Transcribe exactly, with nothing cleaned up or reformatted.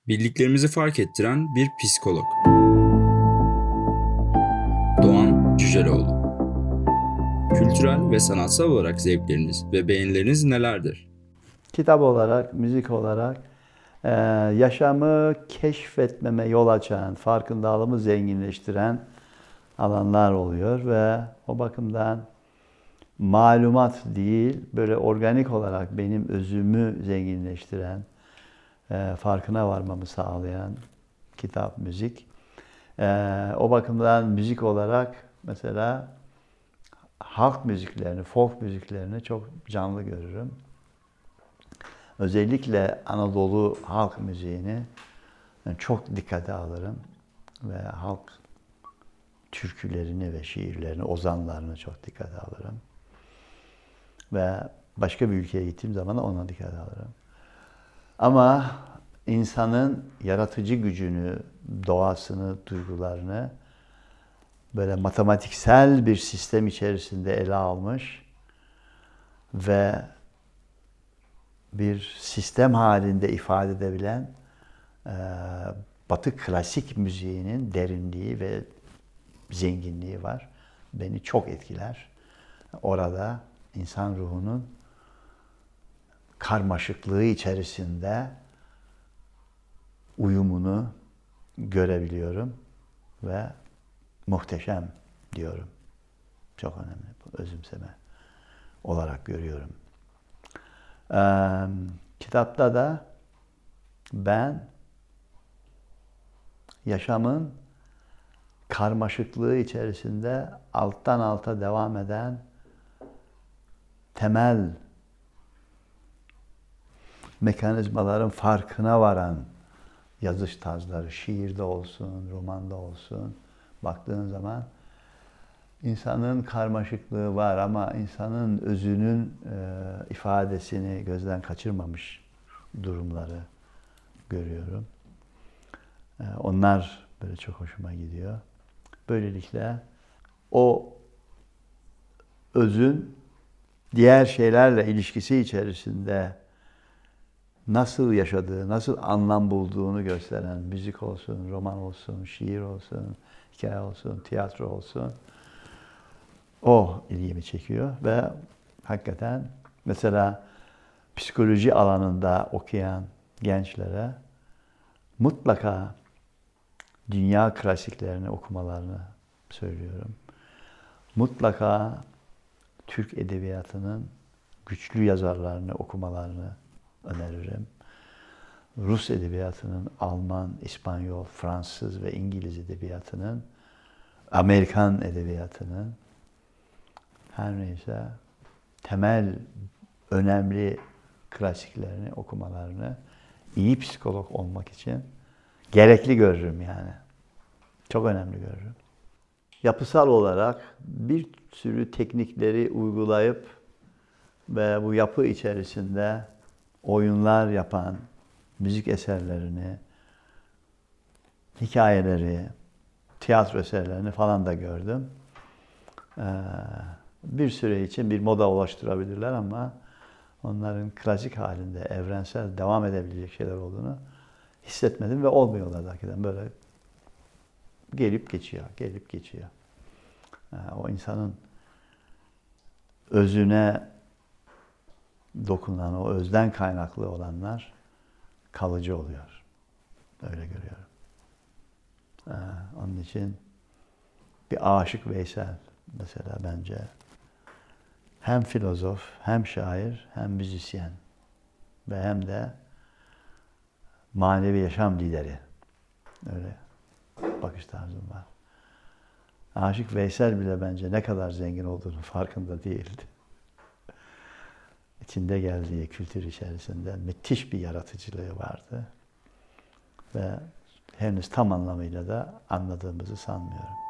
Bildiklerimizi fark ettiren bir psikolog. Doğan Cüceloğlu. Kültürel ve sanatsal olarak zevkleriniz ve beğenileriniz nelerdir? Kitap olarak, müzik olarak e, yaşamı keşfetmeme yol açan, farkındalığımı zenginleştiren alanlar oluyor ve o bakımdan malumat değil, böyle organik olarak benim özümü zenginleştiren, e, farkına varmamı sağlayan kitap, müzik. E, o bakımdan müzik olarak mesela halk müziklerini, folk müziklerini çok canlı görürüm. Özellikle Anadolu halk müziğini çok dikkate alırım ve halk türkülerini ve şiirlerini, ozanlarını çok dikkate alırım. Ve başka bir ülkeye gittiğim zaman da ona dikkate alırım. Ama insanın yaratıcı gücünü, doğasını, duygularını böyle matematiksel bir sistem içerisinde ele almış ve bir sistem halinde ifade edebilen e, Batı klasik müziğinin derinliği ve zenginliği var. Beni çok etkiler. Orada insan ruhunun karmaşıklığı içerisinde uyumunu görebiliyorum ve muhteşem diyorum. Çok önemli bu özümseme olarak görüyorum. Ee, kitapta da ben yaşamın karmaşıklığı içerisinde alttan alta devam eden temel mekanizmaların farkına varan yazış tarzları, şiirde olsun, romanda olsun, baktığın zaman İnsanın karmaşıklığı var ama insanın özünün e, ifadesini gözden kaçırmamış durumları görüyorum. E, onlar böyle çok hoşuma gidiyor. Böylelikle o özün diğer şeylerle ilişkisi içerisinde nasıl yaşadığı, nasıl anlam bulduğunu gösteren müzik olsun, roman olsun, şiir olsun, hikaye olsun, tiyatro olsun. O ilgimi çekiyor ve hakikaten mesela psikoloji alanında okuyan gençlere mutlaka dünya klasiklerini okumalarını söylüyorum. Mutlaka Türk edebiyatının güçlü yazarlarını okumalarını öneririm. Rus edebiyatının, Alman, İspanyol, Fransız ve İngiliz edebiyatının, Amerikan edebiyatının her neyse temel önemli klasiklerini okumalarını iyi psikolog olmak için gerekli görürüm yani. Çok önemli görürüm. Yapısal olarak bir sürü teknikleri uygulayıp ve bu yapı içerisinde oyunlar yapan müzik eserlerini, hikayeleri, tiyatro eserlerini falan da gördüm. Ee, bir süre için bir moda oluşturabilirler ama onların klasik halinde evrensel devam edebilecek şeyler olduğunu hissetmedim ve olmuyorlar hakikaten böyle gelip geçiyor, gelip geçiyor. Ee, o insanın özüne dokunan, o özden kaynaklı olanlar kalıcı oluyor. Öyle görüyorum. Ee, onun için bir Aşık Veysel mesela bence hem filozof, hem şair, hem müzisyen ve hem de manevi yaşam lideri. Öyle bakış tarzım var. Aşık Veysel bile bence ne kadar zengin olduğunu farkında değildi. İçinde geldiği kültür içerisinde müthiş bir yaratıcılığı vardı. Ve henüz tam anlamıyla da anladığımızı sanmıyorum.